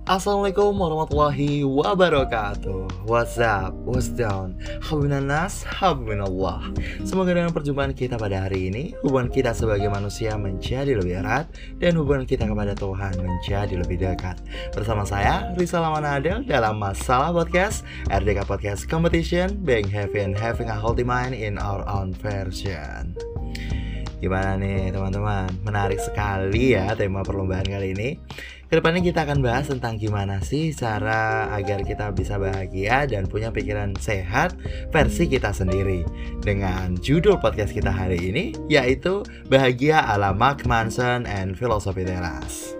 Assalamualaikum warahmatullahi wabarakatuh. What's up, what's down, Habibinan nas, habibinallah. Semoga dengan perjumpaan kita pada hari ini, hubungan kita sebagai manusia menjadi lebih erat, dan hubungan kita kepada Tuhan menjadi lebih dekat. Bersama saya, Rizal Adel, dalam Masalah Podcast, RDK Podcast Competition, being happy and having a healthy mind in our own version. Gimana nih teman-teman? Menarik sekali ya tema perlombaan kali ini. Kedepannya kita akan bahas tentang gimana sih cara agar kita bisa bahagia dan punya pikiran sehat versi kita sendiri. Dengan judul podcast kita hari ini, yaitu Bahagia ala Mark Manson and Philosophy Teras.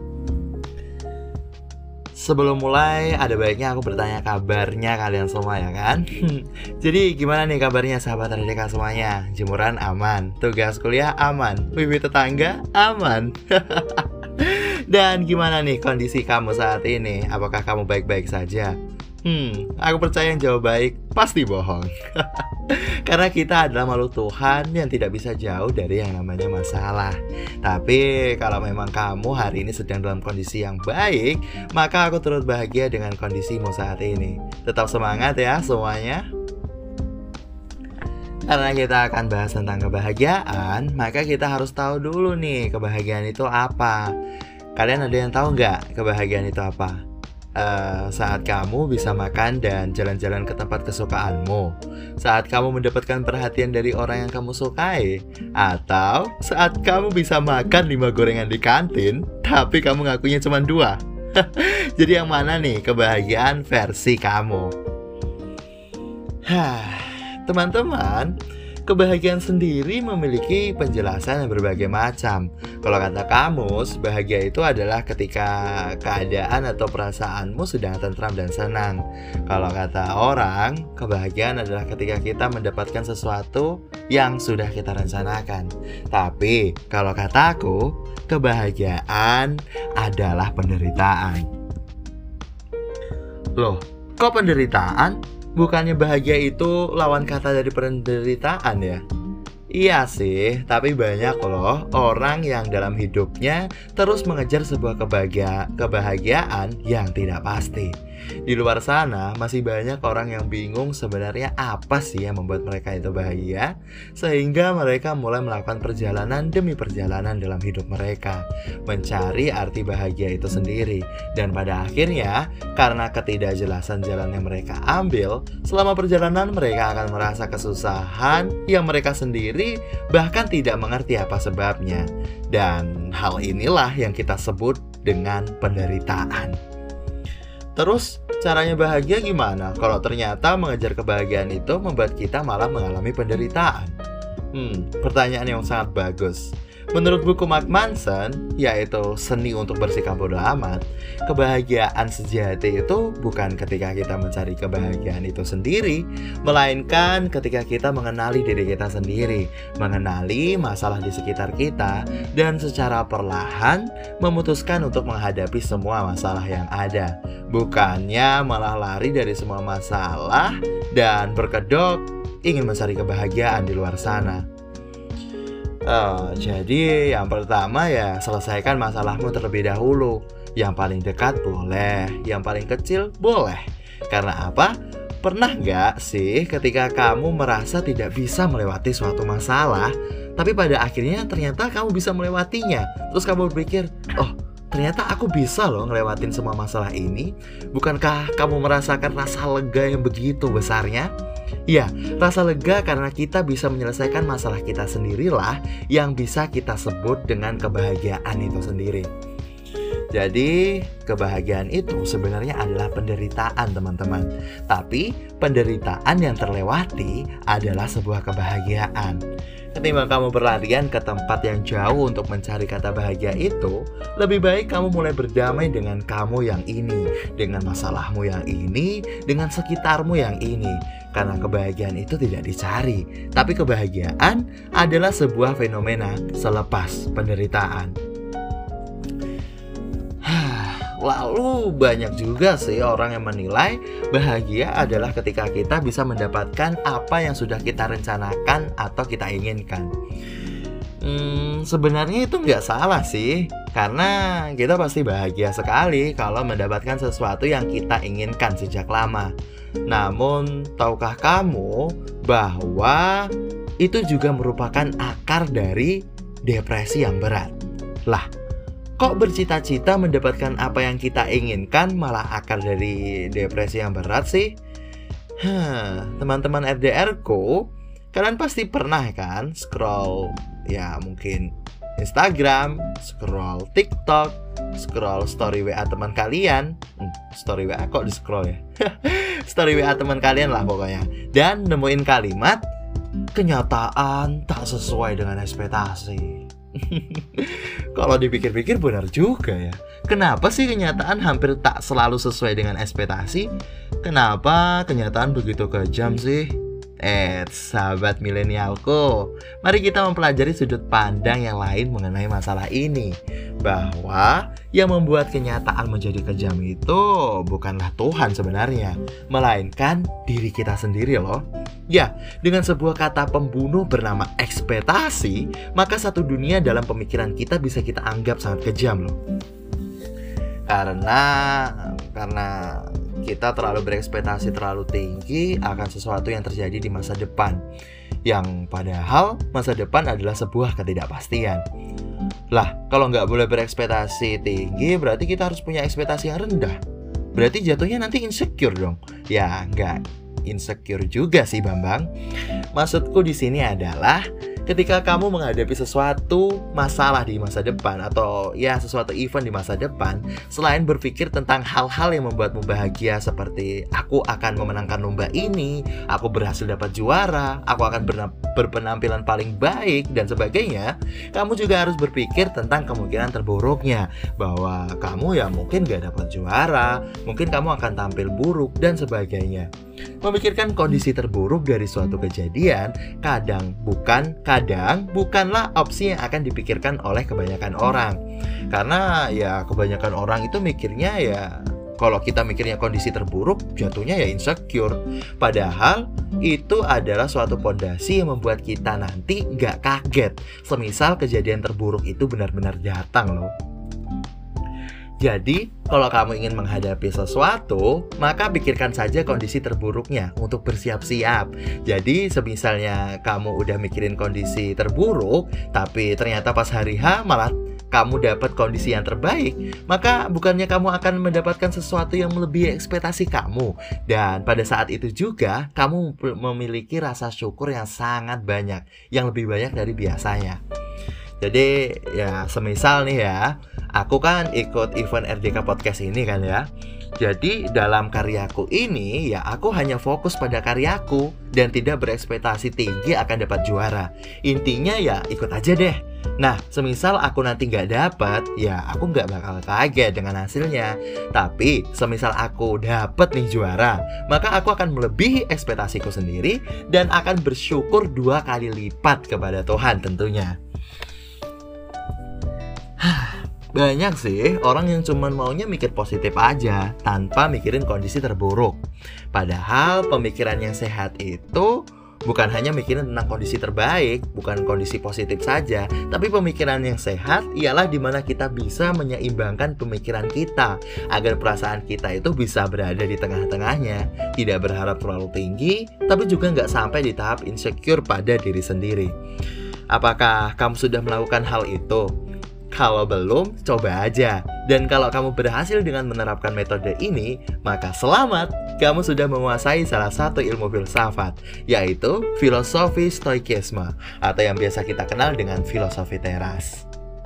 Sebelum mulai, ada baiknya aku bertanya kabarnya kalian semua ya kan? Jadi gimana nih kabarnya sahabat RDK semuanya? Jemuran aman, tugas kuliah aman, wiwi tetangga aman. Dan gimana nih kondisi kamu saat ini? Apakah kamu baik-baik saja? Aku percaya yang jawab baik pasti bohong. Karena kita adalah makhluk Tuhan yang tidak bisa jauh dari yang namanya masalah. Tapi kalau memang kamu hari ini sedang dalam kondisi yang baik, maka aku turut bahagia dengan kondisimu saat ini. Tetap semangat ya semuanya. Karena kita akan bahas tentang kebahagiaan, maka kita harus tahu dulu nih kebahagiaan itu apa. Kalian ada yang tahu nggak kebahagiaan itu apa? Saat kamu bisa makan dan jalan-jalan ke tempat kesukaanmu, saat kamu mendapatkan perhatian dari orang yang kamu sukai, atau saat kamu bisa makan 5 gorengan di kantin tapi kamu ngakunya cuma 2. Jadi yang mana nih kebahagiaan versi kamu? Teman-teman, kebahagiaan sendiri memiliki penjelasan yang berbagai macam. Kalau kata kamus, bahagia itu adalah ketika keadaan atau perasaanmu sedang tentram dan senang. Kalau kata orang, kebahagiaan adalah ketika kita mendapatkan sesuatu yang sudah kita rencanakan. Tapi kalau kataku, kebahagiaan adalah penderitaan. Loh, kok penderitaan? Bukannya bahagia itu lawan kata dari penderitaan ya? Iya sih, tapi banyak loh orang yang dalam hidupnya terus mengejar sebuah kebahagiaan yang tidak pasti. Di luar sana masih banyak orang yang bingung sebenarnya apa sih yang membuat mereka itu bahagia, sehingga mereka mulai melakukan perjalanan demi perjalanan dalam hidup mereka, mencari arti bahagia itu sendiri. Dan pada akhirnya, karena ketidakjelasan jalan yang mereka ambil, selama perjalanan mereka akan merasa kesusahan yang mereka sendiri bahkan tidak mengerti apa sebabnya. Dan hal inilah yang kita sebut dengan penderitaan. Terus caranya bahagia gimana kalau ternyata mengejar kebahagiaan itu membuat kita malah mengalami penderitaan? Pertanyaan yang sangat bagus. Menurut buku Mark Manson, yaitu Seni untuk Bersikap Bodo Amat, kebahagiaan sejati itu bukan ketika kita mencari kebahagiaan itu sendiri, melainkan ketika kita mengenali diri kita sendiri, mengenali masalah di sekitar kita, dan secara perlahan memutuskan untuk menghadapi semua masalah yang ada. Bukannya malah lari dari semua masalah dan berkedok ingin mencari kebahagiaan di luar sana. Jadi yang pertama ya selesaikan masalahmu terlebih dahulu. Yang paling dekat boleh, yang paling kecil boleh. Karena apa? Pernah gak sih ketika kamu merasa tidak bisa melewati suatu masalah, tapi pada akhirnya ternyata kamu bisa melewatinya. Terus kamu berpikir, oh ternyata aku bisa loh ngelewatin semua masalah ini. Bukankah kamu merasakan rasa lega yang begitu besarnya? Ya, rasa lega karena kita bisa menyelesaikan masalah kita sendirilah yang bisa kita sebut dengan kebahagiaan itu sendiri. Jadi, kebahagiaan itu sebenarnya adalah penderitaan teman-teman. Tapi, penderitaan yang terlewati adalah sebuah kebahagiaan. Ketimbang kamu berlarian ke tempat yang jauh untuk mencari kata bahagia itu, lebih baik kamu mulai berdamai dengan kamu yang ini, dengan masalahmu yang ini, dengan sekitarmu yang ini. Karena kebahagiaan itu tidak dicari, tapi kebahagiaan adalah sebuah fenomena selepas penderitaan. Lalu banyak juga sih orang yang menilai bahagia adalah ketika kita bisa mendapatkan apa yang sudah kita rencanakan atau kita inginkan. Sebenarnya itu nggak salah sih, karena kita pasti bahagia sekali kalau mendapatkan sesuatu yang kita inginkan sejak lama. Namun, tahukah kamu bahwa itu juga merupakan akar dari depresi yang berat? Lah, kok bercita-cita mendapatkan apa yang kita inginkan malah akar dari depresi yang berat sih? Teman-teman RDR-ku, kalian pasti pernah kan scroll ya mungkin Instagram, scroll TikTok, scroll story WA teman kalian. Story WA kok di scroll ya? Story WA teman kalian lah pokoknya. Dan nemuin kalimat kenyataan tak sesuai dengan ekspektasi. Kalau dipikir-pikir benar juga ya. Kenapa sih kenyataan hampir tak selalu sesuai dengan ekspektasi? Kenapa kenyataan begitu kejam sih? Sahabat milenialku, mari kita mempelajari sudut pandang yang lain mengenai masalah ini. Bahwa yang membuat kenyataan menjadi kejam itu bukanlah Tuhan sebenarnya, melainkan diri kita sendiri loh. Ya, dengan sebuah kata pembunuh bernama ekspektasi, maka satu dunia dalam pemikiran kita bisa kita anggap sangat kejam loh. Karena kita terlalu berekspektasi terlalu tinggi akan sesuatu yang terjadi di masa depan, yang padahal masa depan adalah sebuah ketidakpastian. Lah, kalau nggak boleh berekspektasi tinggi, berarti kita harus punya ekspektasi yang rendah. Berarti jatuhnya nanti insecure dong. Ya, nggak insecure juga sih Bambang. Maksudku di sini adalah ketika kamu menghadapi sesuatu masalah di masa depan atau ya sesuatu event di masa depan, selain berpikir tentang hal-hal yang membuatmu bahagia seperti aku akan memenangkan lomba ini, aku berhasil dapat juara, aku akan berpenampilan paling baik dan sebagainya, kamu juga harus berpikir tentang kemungkinan terburuknya, bahwa kamu ya mungkin gak dapat juara, mungkin kamu akan tampil buruk dan sebagainya. Memikirkan kondisi terburuk dari suatu kejadian kadang bukanlah opsi yang akan dipikirkan oleh kebanyakan orang. Karena ya kebanyakan orang itu mikirnya ya kalau kita mikirnya kondisi terburuk, jatuhnya ya insecure. Padahal itu adalah suatu pondasi yang membuat kita nanti gak kaget semisal kejadian terburuk itu benar-benar datang loh. Jadi, kalau kamu ingin menghadapi sesuatu, maka pikirkan saja kondisi terburuknya untuk bersiap-siap. Jadi, semisalnya kamu udah mikirin kondisi terburuk, tapi ternyata pas hari H malah kamu dapat kondisi yang terbaik, maka bukannya kamu akan mendapatkan sesuatu yang melebihi ekspektasi kamu. Dan pada saat itu juga, kamu memiliki rasa syukur yang sangat banyak, yang lebih banyak dari biasanya. Jadi, ya semisal nih ya, aku kan ikut event RDK Podcast ini kan ya. Jadi dalam karyaku ini ya aku hanya fokus pada karyaku dan tidak berekspektasi tinggi akan dapat juara. Intinya ya ikut aja deh. Nah semisal aku nanti gak dapat, ya aku gak bakal kaget dengan hasilnya. Tapi semisal aku dapat nih juara, maka aku akan melebihi ekspektasiku sendiri dan akan bersyukur 2 kali lipat kepada Tuhan tentunya. Banyak sih orang yang cuma maunya mikir positif aja tanpa mikirin kondisi terburuk. Padahal pemikiran yang sehat itu bukan hanya mikirin tentang kondisi terbaik, bukan kondisi positif saja, tapi pemikiran yang sehat ialah dimana kita bisa menyeimbangkan pemikiran kita agar perasaan kita itu bisa berada di tengah-tengahnya, tidak berharap terlalu tinggi, tapi juga nggak sampai di tahap insecure pada diri sendiri. Apakah kamu sudah melakukan hal itu? Kalau belum, coba aja. Dan kalau kamu berhasil dengan menerapkan metode ini, maka selamat, kamu sudah menguasai salah satu ilmu filsafat, yaitu filosofi stoikisme, atau yang biasa kita kenal dengan filosofi teras.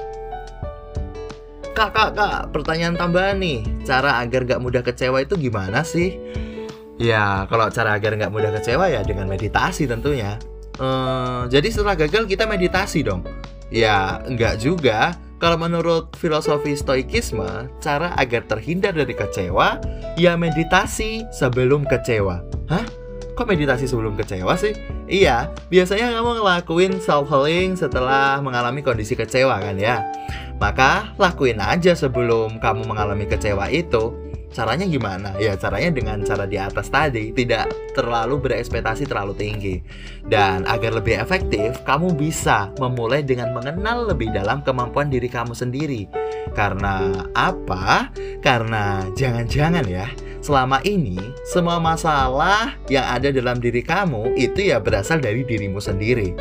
Kak, pertanyaan tambahan nih. Cara agar gak mudah kecewa itu gimana sih? Ya, kalau cara agar gak mudah kecewa ya dengan meditasi tentunya. Jadi setelah gagal kita meditasi dong? Ya, enggak juga. Kalau menurut filosofi stoikisme, cara agar terhindar dari kecewa, ya meditasi sebelum kecewa. Hah? Kok meditasi sebelum kecewa sih? Iya, biasanya kamu ngelakuin self-healing setelah mengalami kondisi kecewa kan ya? Maka lakuin aja sebelum kamu mengalami kecewa itu. Caranya gimana? Ya caranya dengan cara di atas tadi, tidak terlalu berekspektasi terlalu tinggi. Dan agar lebih efektif, kamu bisa memulai dengan mengenal lebih dalam kemampuan diri kamu sendiri. Karena apa? Karena jangan-jangan ya, selama ini semua masalah yang ada dalam diri kamu itu ya berasal dari dirimu sendiri.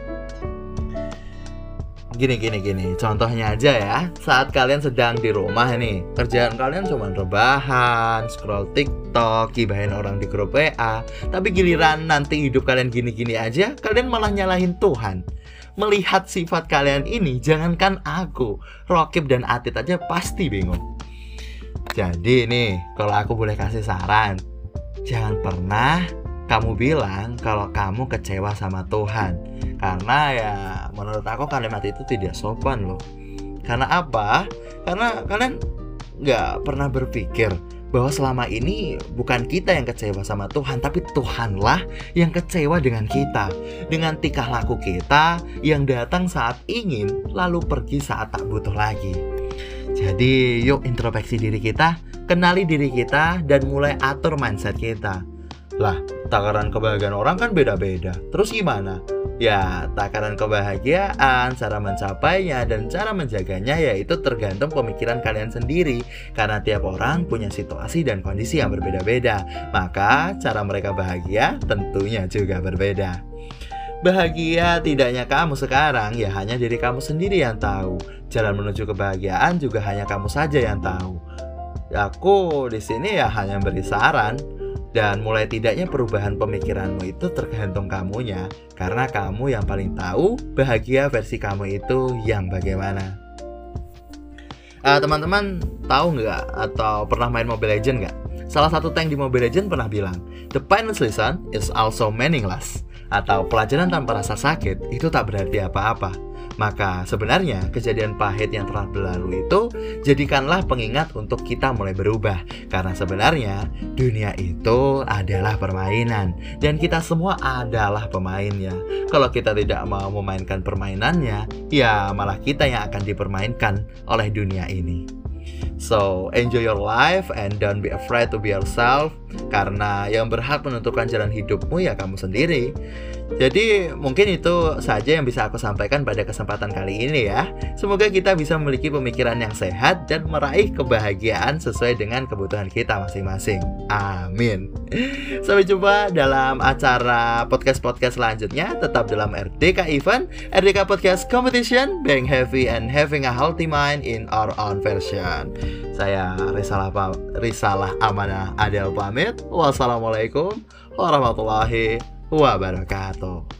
Gini, contohnya aja ya, saat kalian sedang di rumah nih, kerjaan kalian cuma rebahan, scroll TikTok, gibahin orang di grup WA, tapi giliran nanti hidup kalian gini-gini aja, kalian malah nyalahin Tuhan. Melihat sifat kalian ini, jangankan aku, Rokib dan Atit aja pasti bingung. Jadi nih, kalau aku boleh kasih saran, jangan pernah kamu bilang kalau kamu kecewa sama Tuhan. Karena ya menurut aku kalimat itu tidak sopan loh. Karena apa? Karena kalian gak pernah berpikir bahwa selama ini bukan kita yang kecewa sama Tuhan, tapi Tuhanlah yang kecewa dengan kita, dengan tingkah laku kita yang datang saat ingin lalu pergi saat tak butuh lagi. Jadi yuk introspeksi diri kita, kenali diri kita, dan mulai atur mindset kita. Lah, takaran kebahagiaan orang kan beda-beda. Terus gimana? Ya, takaran kebahagiaan, cara mencapainya, dan cara menjaganya yaitu tergantung pemikiran kalian sendiri. Karena tiap orang punya situasi dan kondisi yang berbeda-beda. Maka cara mereka bahagia tentunya juga berbeda. Bahagia tidaknya kamu sekarang ya hanya diri kamu sendiri yang tahu. Jalan menuju kebahagiaan juga hanya kamu saja yang tahu. Aku di sini ya hanya beri saran. Dan mulai tidaknya perubahan pemikiranmu itu tergantung kamunya. Karena kamu yang paling tahu bahagia versi kamu itu yang bagaimana. Teman-teman tahu nggak atau pernah main Mobile Legends nggak? Salah satu tank di Mobile Legends pernah bilang, "The painless lesson is also meaningless." Atau pelajaran tanpa rasa sakit itu tak berarti apa-apa. Maka sebenarnya kejadian pahit yang telah berlalu itu jadikanlah pengingat untuk kita mulai berubah. Karena sebenarnya dunia itu adalah permainan dan kita semua adalah pemainnya. Kalau kita tidak mau memainkan permainannya, ya malah kita yang akan dipermainkan oleh dunia ini. So, enjoy your life and don't be afraid to be yourself. Karena yang berhak menentukan jalan hidupmu ya kamu sendiri. Jadi mungkin itu saja yang bisa aku sampaikan pada kesempatan kali ini ya. Semoga kita bisa memiliki pemikiran yang sehat dan meraih kebahagiaan sesuai dengan kebutuhan kita masing-masing. Amin. Sampai jumpa dalam acara podcast-podcast selanjutnya. Tetap dalam RDK Event, RDK Podcast Competition, being happy and having a healthy mind in our own version. Saya Risalah Amanah Adel pamit. Wassalamualaikum warahmatullahi wabarakatuh.